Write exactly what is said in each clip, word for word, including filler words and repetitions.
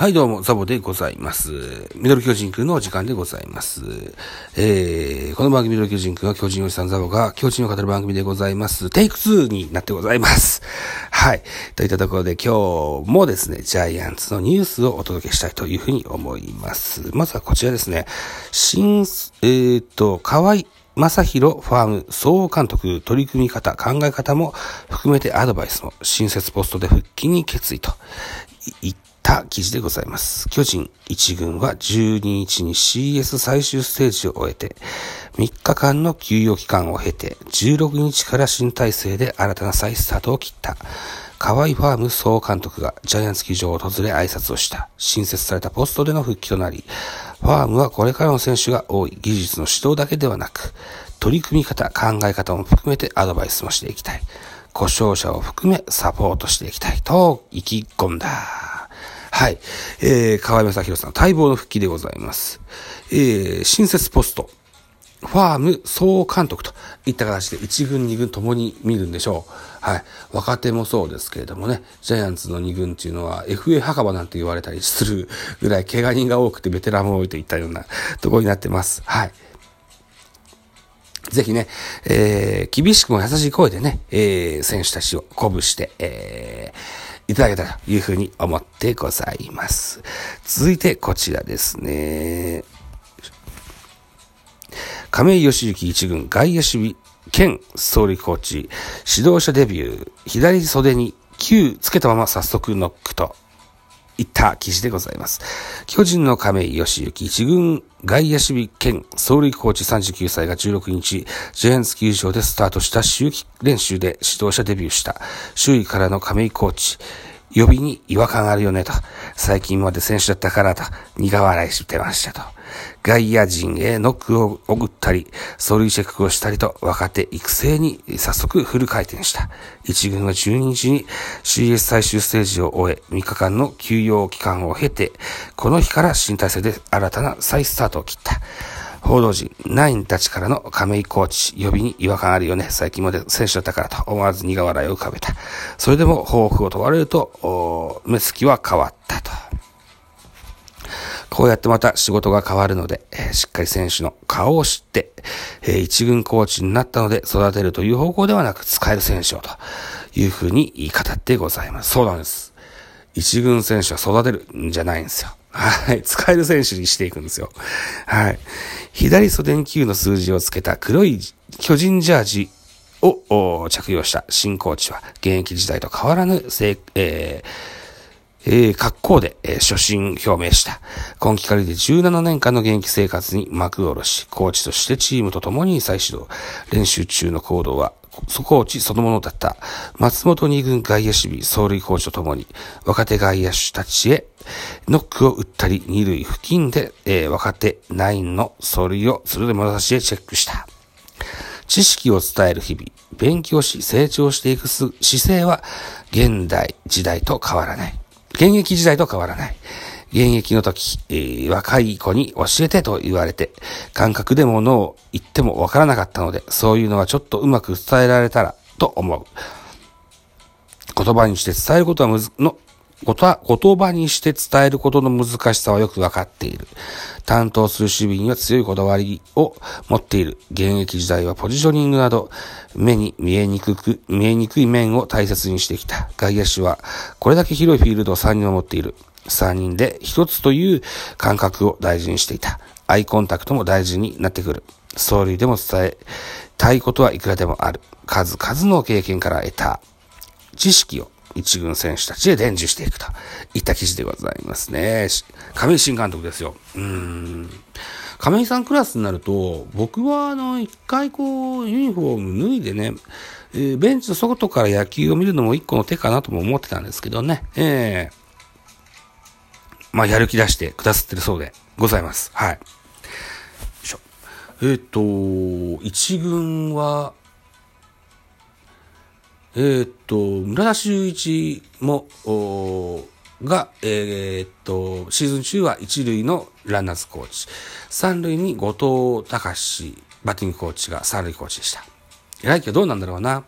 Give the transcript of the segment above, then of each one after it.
はいどうも、ザボでございます。ミドル巨人くんのお時間でございます。えー、この番組ミドル巨人くんは巨人おじさんザボが巨人を語る番組でございます。テイクツーになってございます。はい。といったところで今日もですね、ジャイアンツのニュースをお届けしたいというふうに思います。まずはこちらですね。新、えーと、河合正宏ファーム総監督取り組み方、考え方も含めてアドバイスも新設ポストで復帰に決意といった記事でございます。巨人一軍はじゅうににちに シーエス 最終ステージを終えてみっかかんの休養期間を経てじゅうろくにちから新体制で新たな再スタートを切った。河合ファーム総監督がジャイアンツ球場を訪れ挨拶をした。新設されたポストでの復帰となり、ファームはこれからの選手が多い技術の指導だけではなく、取り組み方、考え方も含めてアドバイスもしていきたい。故障者を含めサポートしていきたいと意気込んだ。はい。えー、河合正宏さん、待望の復帰でございます。えー、新設ポスト。ファーム総監督といった形でいち軍に軍ともに見るんでしょう。はい。若手もそうですけれどもね、ジャイアンツのに軍っていうのは エフエー 墓場なんて言われたりするぐらい怪我人が多くてベテランも多いといったようなところになってます。はい。ぜひね、えー、厳しくも優しい声でね、えー、選手たちを鼓舞して、えー、いただけたらというふうに思ってございます。続いてこちらですね。亀井義行一軍外野守備兼走塁コーチ、指導者デビュー、左袖にきゅうつけたまま早速ノックといった記事でございます。巨人の亀井義行一軍外野守備兼走塁コーチさんじゅうきゅうさいがじゅうろくにち、ジャイアンツ球場でスタートした秋季練習で指導者デビューした。周囲からの亀井コーチ、呼びに違和感あるよねと、最近まで選手だったからと苦笑いしてましたと。外野陣へノックを送ったり、走塁チェックをしたりと若手育成に早速フル回転した。一軍はじゅうににちに シーエス 最終ステージを終え、みっかかんの休養期間を経て、この日から新体制で新たな再スタートを切った。報道陣、ナインたちからの亀井コーチ、呼びに違和感あるよね。最近まで選手だったからと思わず苦笑いを浮かべた。それでも抱負を問われると、目つきは変わったと。こうやってまた仕事が変わるので、えー、しっかり選手の顔を知って、えー、一軍コーチになったので育てるという方向ではなく使える選手をというふうに語ってございます。そうなんです。一軍選手は育てるんじゃないんですよ。はい。使える選手にしていくんですよ。はい。左袖にきゅうの数字をつけた黒い巨人ジャージを着用した新コーチは現役時代と変わらぬせい、えーえー、格好で、えー、初心表明した。今季仮でじゅうななねんかんの現役生活に幕を下ろし、コーチとしてチームと共に再始動。練習中の行動は、コーチそのものだった。松本二軍外野守備、走塁コーチと共に、若手外野手たちへ、ノックを打ったり、二塁付近で、えー、若手ナインの走塁を鋭い物差しへチェックした。知識を伝える日々、勉強し成長していく姿勢は、現代時代と変わらない。現役時代と変わらない。現役の時、えー、若い子に教えてと言われて、感覚でものを言ってもわからなかったので、そういうのはちょっとうまく伝えられたらと思う。言葉にして伝えることはむず、の、ことは、言葉にして伝えることの難しさはよくわかっている。担当する守備には強いこだわりを持っている。現役時代はポジショニングなど、目に見えにくく、見えにくい面を大切にしてきた。外野手は、これだけ広いフィールドをさんにん持っている。さんにんでひとつという感覚を大事にしていた。アイコンタクトも大事になってくる。走塁でも伝えたいことはいくらでもある。数々の経験から得た知識を一軍選手たちへ伝授していくといった記事でございますね。亀井新監督ですよ。うーん。亀井さんクラスになると、僕はあの、一回こう、ユニフォーム脱いでね、えー、ベンチの外から野球を見るのも一個の手かなとも思ってたんですけどね。ええー、まあ、やる気出してくださってるそうでございます。はい。よいしょ。えっと、一軍は、えー、っと、村田修一も、が、えー、っと、シーズン中は一塁のランナーズコーチ。三塁に後藤隆バッティングコーチが三塁コーチでした。来季はどうなんだろうな。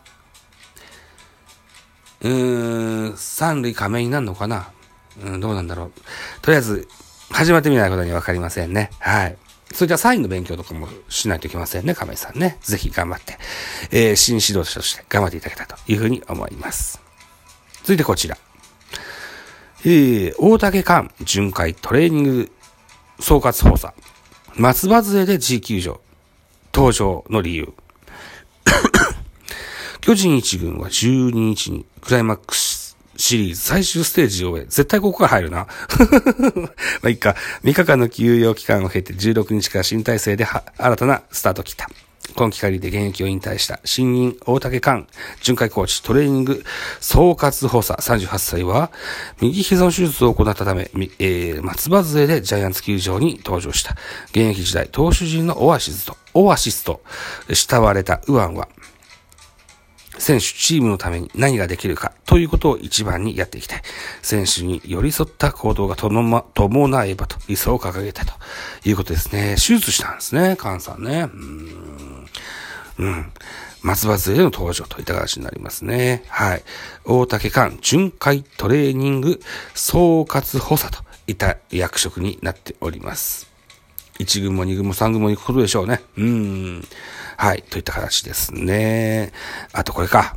うーん、三塁亀井になるのかな。うん、どうなんだろう。 とりあえず、始まってみないことにはわかりませんね。はい。そういったサインの勉強とかもしないといけませんね、亀井さんね。ぜひ頑張って、えー、新指導者として頑張っていただけたというふうに思います。続いてこちら。えー、大竹寛巡回トレーニング総括補佐。松葉杖で G 球場登場の理由。巨人一軍はじゅうににちにクライマックスシリーズ最終ステージを終え、絶対ここから入るな。まあいいか、みっかかんの休養期間を経てじゅうろくにちから新体制で新たなスタートを切った。今季限りで現役を引退した新任大竹寛巡回コーチトレーニング総括補佐さんじゅうはっさいは右膝の手術を行ったため、えー、松葉杖でジャイアンツ球場に登場した。現役時代投手陣のオアシスとオアシスと慕われた右腕は選手、チームのために何ができるかということを一番にやっていきたい。選手に寄り添った行動がとのま、伴えばと理想を掲げたということですね。手術したんですね、菅さんね。うーん。うん。松葉杖での登場といった形になりますね。はい。大竹寛巡回トレーニング総括補佐といった役職になっております。一軍も二軍も三軍も行くことでしょうね。うーん。はい。といった形ですね。あとこれか。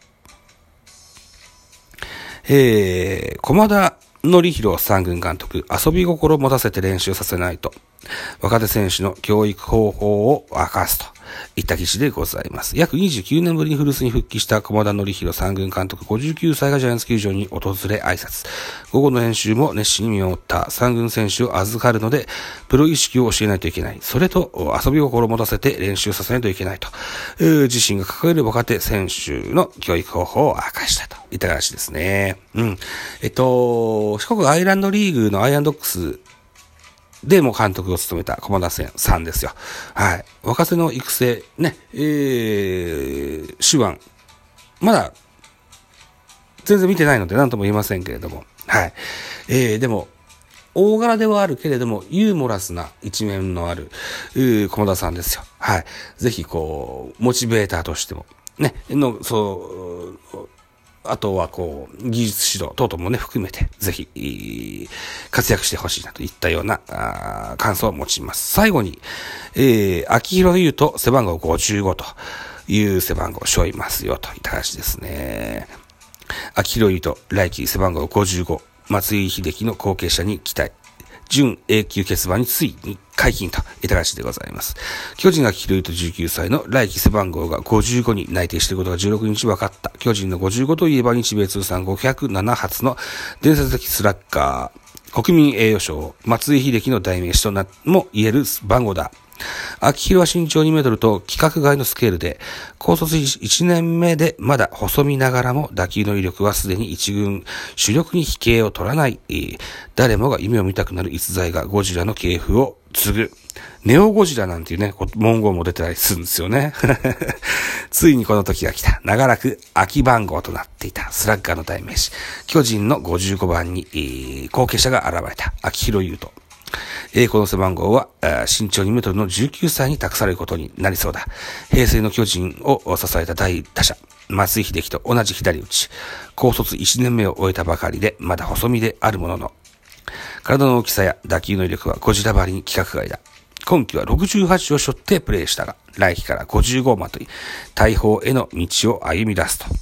えー、駒田則弘三軍監督、遊び心を持たせて練習させないと。若手選手の教育方法を明かすといった記事でございます。約にじゅうきゅうねんぶりに古巣に復帰した駒田則弘三軍監督ごじゅうきゅうさいがジャイアンツ球場に訪れ挨拶。午後の練習も熱心に見守った三軍選手を預かるので、プロ意識を教えないといけない。それと遊び心を持たせて練習させないといけないと。自身が抱える若手選手の教育方法を明かしたといった話ですね。うん。えっと、四国アイランドリーグのアイアンドックスでも監督を務めた駒田さんですよ。はい。若手の育成、ね、えー、手腕。まだ、全然見てないので何とも言えませんけれども。はい。えー、でも、大柄ではあるけれども、ユーモラスな一面のある、駒田さんですよ。はい。ぜひ、こう、モチベーターとしても、ね、の、そう、あとはこう技術指導等々もね含めてぜひ活躍してほしいなといったような感想を持ちます。最後に、えー、秋広優斗背番号ごじゅうごという背番号を背負いますよといった話ですね。秋広優斗来季背番号ごじゅうご、松井秀喜の後継者に期待。準永久欠番についに解禁といった形でございます。巨人が秋広優斗じゅうきゅうさいの来季背番号がごじゅうごに内定していることがじゅうろくにち分かった。巨人のごじゅうごといえば日米通算ごひゃくななはつの伝説的スラッガー、国民栄誉賞、松井秀喜の代名詞となも言える番号だ。秋広は身長にメートルと規格外のスケールで、高卒いちねんめでまだ細身ながらも打球の威力はすでに一軍主力に引けを取らない、誰もが夢を見たくなる逸材がゴジラの系譜を継ぐ。ネオゴジラなんていうね、文言も出てたりするんですよね。ついにこの時が来た。長らく空き番号となっていたスラッガーの代名詞。巨人のごじゅうごばんに、えー、後継者が現れた。秋広優斗。えー、この背番号は身長にメートルのじゅうきゅうさいに託されることになりそうだ。平成の巨人を支えた大打者、松井秀喜と同じ左打ち。高卒いちねんめを終えたばかりで、まだ細身であるものの、体の大きさや打球の威力はゴジラばりに規格外だ。今季はろくじゅうはちを背負ってプレーしたが、来季からごじゅうごをまとい、大砲への道を歩み出すと。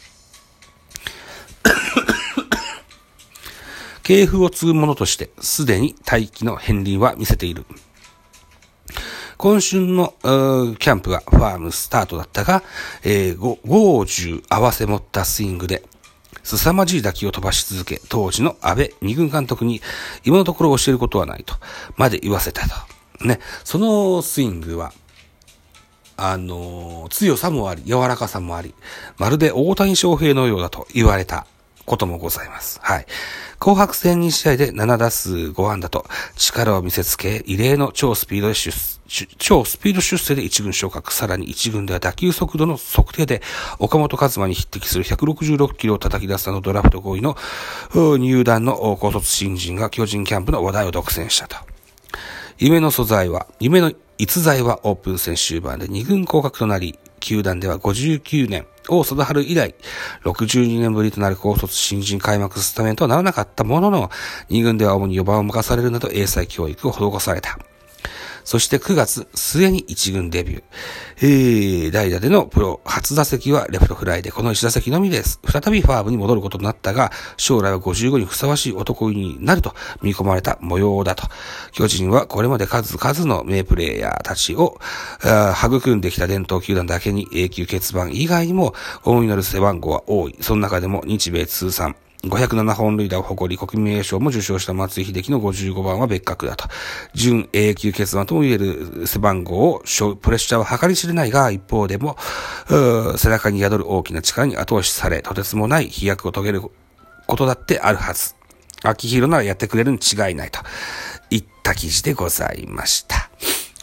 系譜を継ぐ者として、すでに大気の片鱗は見せている。今春のキャンプがファームスタートだったが、えー、ごじゅう合わせ持ったスイングで、凄まじい打球を飛ばし続け、当時の安倍二軍監督に今のところ教えることはないと、まで言わせたと。ね、そのスイングは、あのー、強さもあり、柔らかさもあり、まるで大谷翔平のようだと言われたこともございます。はい。紅白戦に試合でななだすうごあんだと力を見せつけ、異例の超スピードで出超スピード出世で一軍昇格。さらに一軍では打球速度の測定で岡本和真に匹敵するひゃくろくじゅうろくキロを叩き出すなどドラフトごいの入団の高卒新人が巨人キャンプの話題を独占したと。夢の素材は、夢の逸材はオープン戦終盤でに軍降格となり、球団ではごじゅうきゅうねん、 王貞治以来、ろくじゅうにねんぶりとなる高卒新人開幕スタメンとはならなかったものの、に軍では主によばんを任されるなど英才教育を施された。そしてくがつ末にいち軍デビュー。えー、代打でのプロ初打席はレフトフライでこのいち打席のみです。再びファームに戻ることになったが、将来はごじゅうごにふさわしい男になると見込まれた模様だと。巨人はこれまで数々の名プレイヤーたちを育んできた伝統球団だけに永久欠番以外にも大いなる背番号は多い。その中でも日米通算ごひゃくななほん塁打を誇り国民栄誉賞も受賞した松井秀喜のごじゅうごばんは別格だと。準永久欠番とも言える背番号をプレッシャーは計り知れないが、一方でも背中に宿る大きな力に後押しされ、とてつもない飛躍を遂げることだってあるはず。秋広ならやってくれるに違いないといった記事でございました。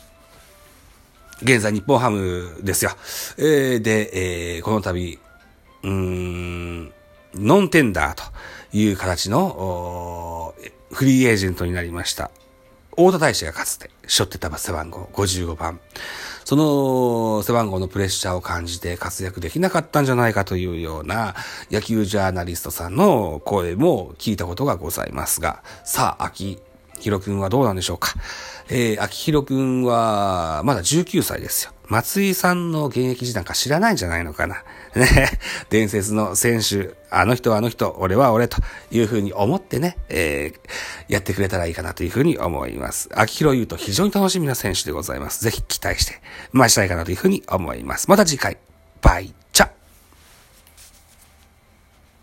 現在日本ハムですよ。えー、で、えー、この度、うーん、ノンテンダーという形のフリーエージェントになりました。大田大志がかつて背負ってた背番号ごじゅうごばん。その背番号のプレッシャーを感じて活躍できなかったんじゃないかというような野球ジャーナリストさんの声も聞いたことがございますが、さあ、秋広くんはどうなんでしょうか。えー、秋広くんはまだじゅうきゅうさいですよ。松井さんの現役時なんか知らないんじゃないのかな。ね、伝説の選手、あの人はあの人、俺は俺というふうに思ってね、えー、やってくれたらいいかなというふうに思います。秋広優斗非常に楽しみな選手でございます。ぜひ期待して待ちたいかなというふうに思います。また次回、バイ。